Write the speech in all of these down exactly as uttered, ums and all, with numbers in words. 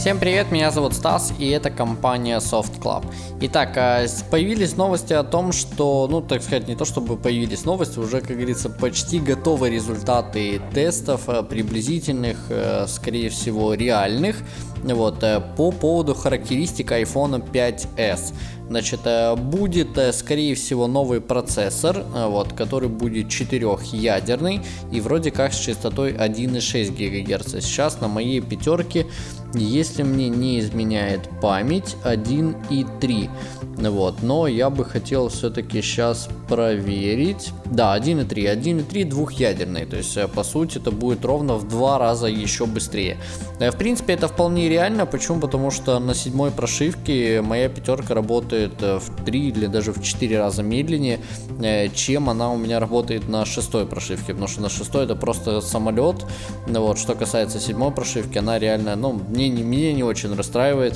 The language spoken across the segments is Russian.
Всем привет, меня зовут Стас, и это компания Soft Club. Итак, появились новости о том, что, ну, так сказать, не то чтобы появились новости, уже, как говорится, почти готовы результаты тестов, приблизительных, скорее всего, реальных, вот, по поводу характеристик iPhone пять эс. Значит, будет, скорее всего, новый процессор, вот, который будет четырехъядерный и вроде как с частотой один и шесть гигагерца. Сейчас на моей пятерке, если мне не изменяет память, один и три. Вот, но я бы хотел все-таки сейчас проверить. Да, один и три. один и три двухъядерный. То есть, по сути, это будет ровно в два раза еще быстрее. В принципе, это вполне реально. Почему? Потому что на седьмой прошивке моя пятерка работает в три или даже в четыре раза медленнее, чем она у меня работает на шестой прошивке. Потому что на шестой это просто самолет. Вот, что касается седьмой прошивки, она реально, ну, мне не, меня не очень расстраивает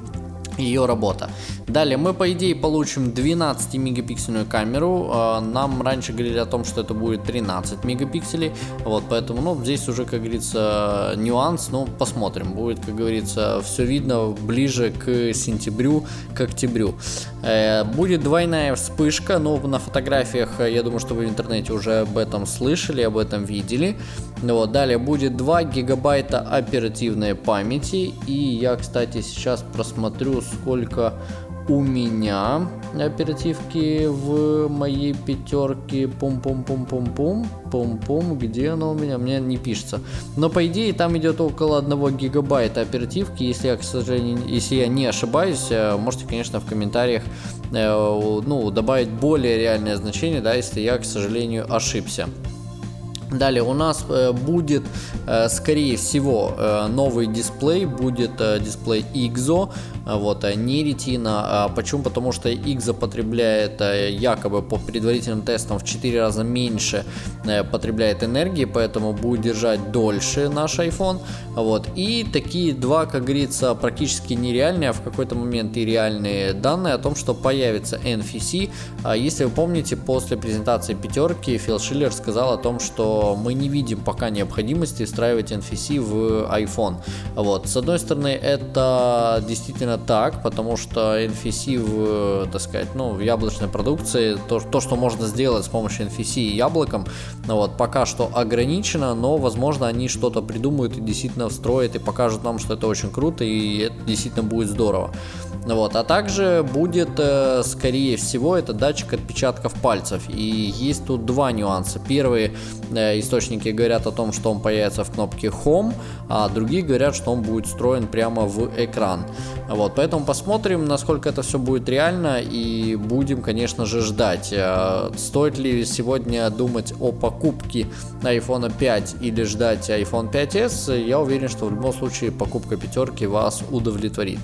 ее работа. Далее мы, по идее, получим двенадцатимегапиксельную камеру. Нам раньше говорили о том, что это будет тринадцать мегапикселей. Вот, поэтому, ну, здесь уже, как говорится, нюанс. Ну, посмотрим. Будет, как говорится, все видно ближе к сентябрю, к октябрю. Будет двойная вспышка. Но на фотографиях, я думаю, что вы в интернете уже об этом слышали, об этом видели. Вот, далее будет два гигабайта оперативной памяти. И я, кстати, сейчас просмотрю, сколько у меня оперативки в моей пятерке. Пум-пум-пум-пум-пум. Пум-пум. Где она у меня? У меня не пишется. Но по идее там идет около одного гигабайта оперативки. Если я, к сожалению, если я не ошибаюсь, можете, конечно, в комментариях ну, добавить более реальное значение, да, если я, к сожалению, ошибся. Далее у нас э, будет, э, скорее всего, э, новый дисплей, будет э, дисплей икс о, э, вот, э, не ретина. Э, почему? Потому что икс о потребляет, э, якобы по предварительным тестам, в четыре раза меньше э, потребляет энергии, поэтому будет держать дольше наш iPhone. Вот. И такие два, как говорится, практически нереальные, а в какой-то момент и реальные данные о том, что появится эн эф си. Э, если вы помните, после презентации пятерки Фил Шиллер сказал о том, что мы не видим пока необходимости встраивать эн эф си в iPhone. Вот. С одной стороны, это действительно так, потому что эн эф си в, так сказать, ну, в яблочной продукции, то, то, что можно сделать с помощью эн эф си и яблоком, вот, пока что ограничено, но, возможно, они что-то придумают и действительно встроят и покажут нам, что это очень круто и это действительно будет здорово. Вот. А также будет, скорее всего, это датчик отпечатков пальцев. И есть тут два нюанса. Первые источники говорят о том, что он появится в кнопке Home, а другие говорят, что он будет встроен прямо в экран. Вот. Поэтому посмотрим, насколько это все будет реально, и будем, конечно же, ждать. Стоит ли сегодня думать о покупке iPhone пять или ждать iPhone пять эс? Я уверен, что в любом случае покупка пятерки вас удовлетворит.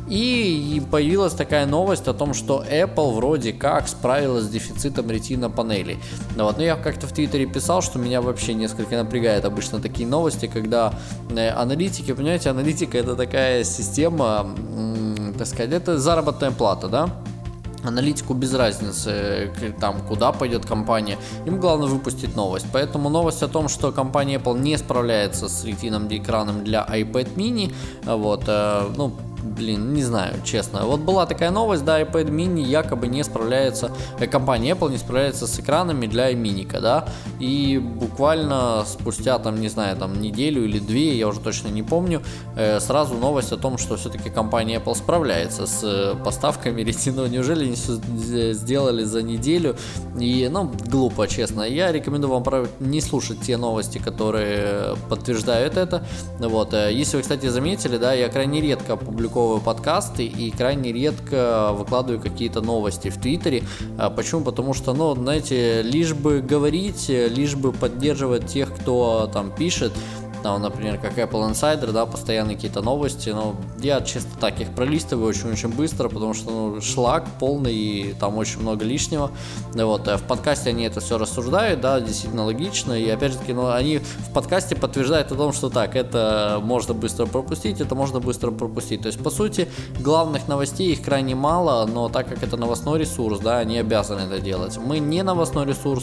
И И появилась такая новость о том, что Apple вроде как справилась с дефицитом ретина панелей. Вот. Но я как-то в Твиттере писал, что меня вообще несколько напрягает обычно такие новости, когда аналитики, понимаете, аналитика — это такая система, так сказать, это заработная плата, да? Аналитику без разницы, там, куда пойдет компания, им главное выпустить новость. Поэтому новость о том, что компания Apple не справляется с ретином экраном для iPad mini, вот, ну, блин, не знаю, честно. Вот была такая новость, да, iPad mini якобы не справляется, компания Apple не справляется с экранами для iMini'ка, да, и буквально спустя, там, не знаю, там, неделю или две, я уже точно не помню, э, сразу новость о том, что все-таки компания Apple справляется с поставками ретина. Неужели не сделали за неделю? И, ну, глупо, честно. Я рекомендую вам не слушать те новости, которые подтверждают это. Вот. Если вы, кстати, заметили, да, я крайне редко публикую подкасты и крайне редко выкладываю какие-то новости в Твиттере. Почему? Потому что, ну, знаете, лишь бы говорить, лишь бы поддерживать тех, кто там пишет, там, например, как Apple Insider, да, постоянно какие-то новости, но я чисто так их пролистываю очень-очень быстро, потому что, ну, шлак полный, и там очень много лишнего. Вот, в подкасте они это все рассуждают, да, действительно логично, и опять же таки, ну, они в подкасте подтверждают о том, что так, это можно быстро пропустить, это можно быстро пропустить. То есть, по сути, главных новостей их крайне мало, но так как это новостной ресурс, да, они обязаны это делать. Мы не новостной ресурс,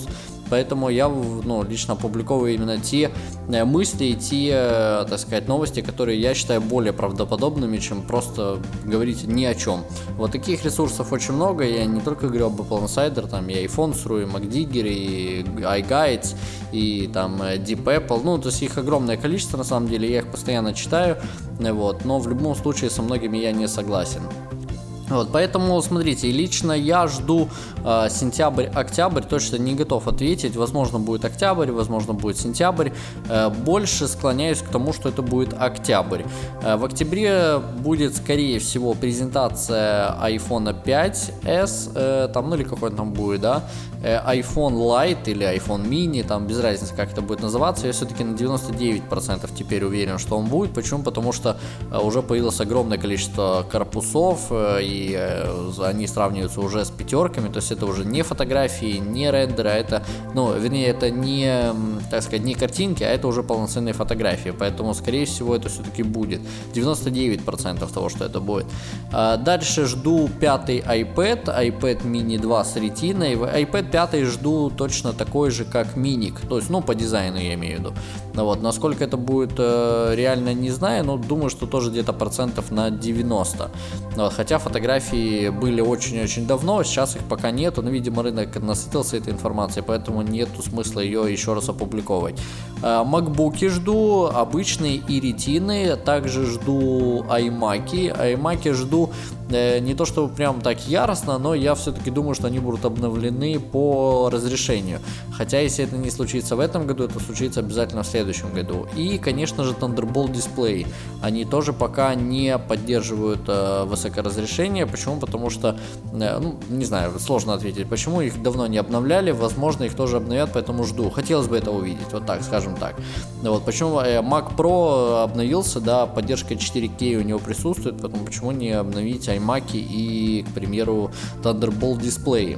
поэтому я, ну, лично опубликовываю именно те мысли и те, так сказать, новости, которые я считаю более правдоподобными, чем просто говорить ни о чем. Вот таких ресурсов очень много, я не только говорю об Apple Insider, там и iPhone точка ру, и MacDigger, и iGuides, и там Deep Apple, ну, то есть их огромное количество, на самом деле, я их постоянно читаю, вот, но в любом случае со многими я не согласен. Вот, поэтому, смотрите, лично я жду э, сентябрь-октябрь, точно не готов ответить, возможно будет октябрь, возможно будет сентябрь, э, больше склоняюсь к тому, что это будет октябрь. Э, в октябре будет, скорее всего, презентация iPhone пять эс, э, там, ну или какой он там будет, да, э, iPhone Lite или iPhone Mini, там без разницы, как это будет называться, я все-таки на девяносто девять процентов теперь уверен, что он будет. Почему? Потому что э, уже появилось огромное количество корпусов, э, и они сравниваются уже с пятерками, то есть это уже не фотографии, не рендеры, а это, ну, вернее, это не, так сказать, не картинки, а это уже полноценные фотографии, поэтому, скорее всего, это все-таки будет девяносто девять процентов того, что это будет. Дальше жду пятый iPad, iPad mini два с ретиной, iPad пять жду точно такой же, как миник, то есть, ну, по дизайну я имею в виду. Вот, насколько это будет реально, не знаю, но думаю, что тоже где-то процентов на девяносто, вот, хотя фотографии Фотографии были очень-очень давно, сейчас их пока нету, но, видимо, рынок насытился этой информацией, поэтому нету смысла ее еще раз опубликовать. Макбуки жду, обычные и ретины, также жду iMac'и, iMac'и жду не то чтобы прям так яростно, но я все-таки думаю, что они будут обновлены по разрешению. Хотя, если это не случится в этом году, это случится обязательно в следующем году. И, конечно же, Thunderbolt дисплей. Они тоже пока не поддерживают э, высокоразрешение. Почему? Потому что, э, ну, не знаю, сложно ответить, почему. Их давно не обновляли. Возможно, их тоже обновят, поэтому жду. Хотелось бы это увидеть, вот так, скажем так. Вот, почему э, Mac Pro обновился, да, поддержка четыре кей у него присутствует, поэтому почему не обновить iMac и, к примеру, Thunderbolt дисплей.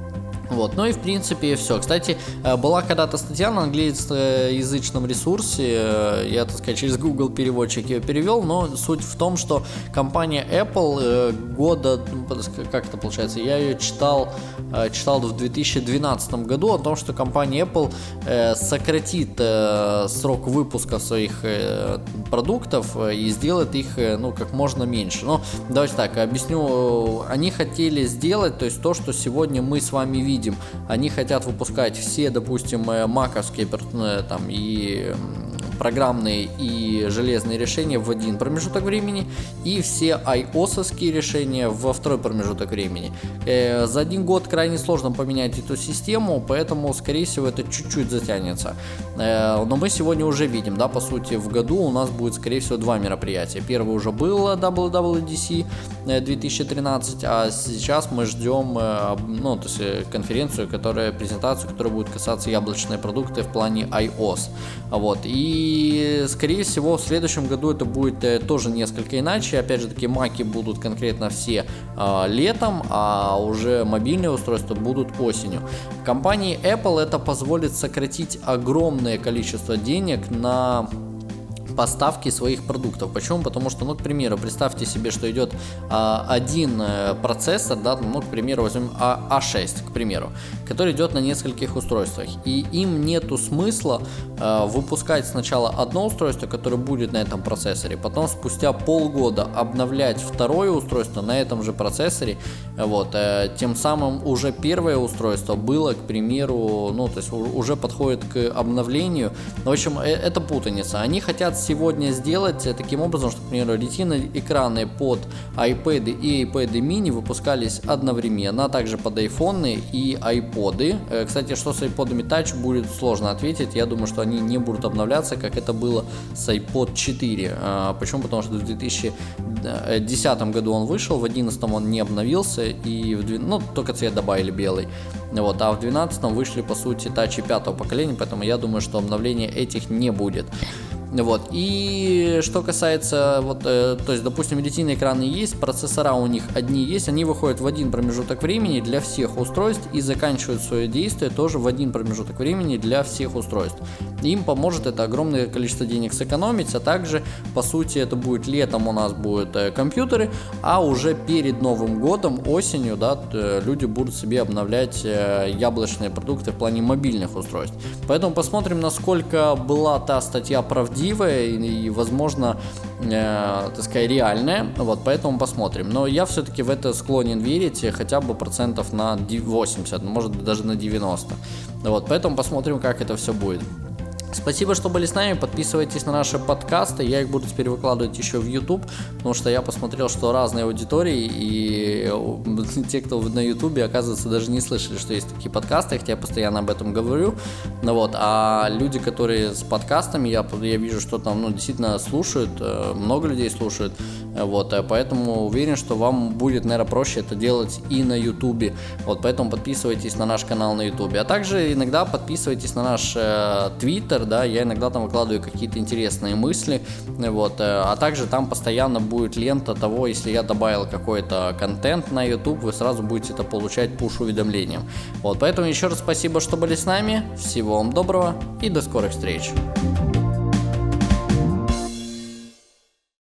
Вот, ну и в принципе все. Кстати, была когда-то статья на англоязычном ресурсе, я, так сказать, через Google переводчик ее перевел, но суть в том, что компания Apple года, как это получается, я ее читал, читал в две тысячи двенадцатом году о том, что компания Apple сократит срок выпуска своих продуктов и сделает их, ну, как можно меньше. Ну, давайте так, объясню. Они хотели сделать, то есть то, что сегодня мы с вами видим. Они хотят выпускать все, допустим, маковские там, и программные и железные решения в один промежуток времени, и все iOS-овские решения во второй промежуток времени. Э, за один год крайне сложно поменять эту систему, поэтому, скорее всего, это чуть-чуть затянется. Э, но мы сегодня уже видим, да, по сути, в году у нас будет, скорее всего, два мероприятия. Первое уже было дабл ю дабл ю ди си две тысячи тринадцать, а сейчас мы ждем, ну, то есть конференцию, которая, презентацию, которая будет касаться яблочной продукты в плане iOS. Вот. И, скорее всего, в следующем году это будет тоже несколько иначе. Опять же таки, маки будут конкретно все э, летом, а уже мобильные устройства будут осенью. Компании Apple это позволит сократить огромное количество денег на поставки своих продуктов. Почему? Потому что, ну, к примеру, представьте себе, что идет а, один а, процессор, да, ну, к примеру, возьмем а шесть, к примеру, который идет на нескольких устройствах, и им нету смысла а, выпускать сначала одно устройство, которое будет на этом процессоре, потом спустя полгода обновлять второе устройство на этом же процессоре, вот, а, тем самым уже первое устройство было, к примеру, ну, то есть уже подходит к обновлению. В общем, это путаница. Они хотят сегодня сделать таким образом, что, к примеру, ретина экраны под iPad и iPad mini выпускались одновременно, а также под iPhone и iPod. Кстати, что с iPod'ами Touch будет сложно ответить. Я думаю, что они не будут обновляться, как это было с iPod четыре. Почему? Потому что в две тысячи десятом году он вышел, в две тысячи одиннадцатом он не обновился, и в, ну, только цвет добавили белый. Вот, а в две тысячи двенадцатом вышли, по сути, тачи пятого поколения, поэтому я думаю, что обновления этих не будет. Вот. И что касается, вот, э, то есть, допустим, ретина экраны есть, процессора у них одни есть, они выходят в один промежуток времени для всех устройств и заканчивают свое действие тоже в один промежуток времени для всех устройств. Им поможет это огромное количество денег сэкономить, а также, по сути, это будет летом у нас будут э, компьютеры, а уже перед Новым годом, осенью, да, люди будут себе обновлять э, яблочные продукты в плане мобильных устройств. Поэтому посмотрим, насколько была та статья правдивая и, и возможно, э, так сказать, реальная. Вот, поэтому посмотрим. Но я все-таки в это склонен верить хотя бы процентов на восемьдесят, может даже на девяносто. Вот, поэтому посмотрим, как это все будет. Спасибо, что были с нами, подписывайтесь на наши подкасты, я их буду теперь выкладывать еще в YouTube, потому что я посмотрел, что разные аудитории и те, кто на YouTube, оказывается, даже не слышали, что есть такие подкасты, хотя я постоянно об этом говорю, ну вот, а люди, которые с подкастами, я, я вижу, что там, ну, действительно слушают, много людей слушают, вот, поэтому уверен, что вам будет, наверное, проще это делать и на YouTube, вот, поэтому подписывайтесь на наш канал на YouTube, а также иногда подписывайтесь на наш э, Twitter, да, я иногда там выкладываю какие-то интересные мысли, вот, а также там постоянно будет лента того, если я добавил какой-то контент на YouTube, вы сразу будете это получать пуш-уведомлением. Вот, поэтому еще раз спасибо, что были с нами, всего вам доброго и до скорых встреч.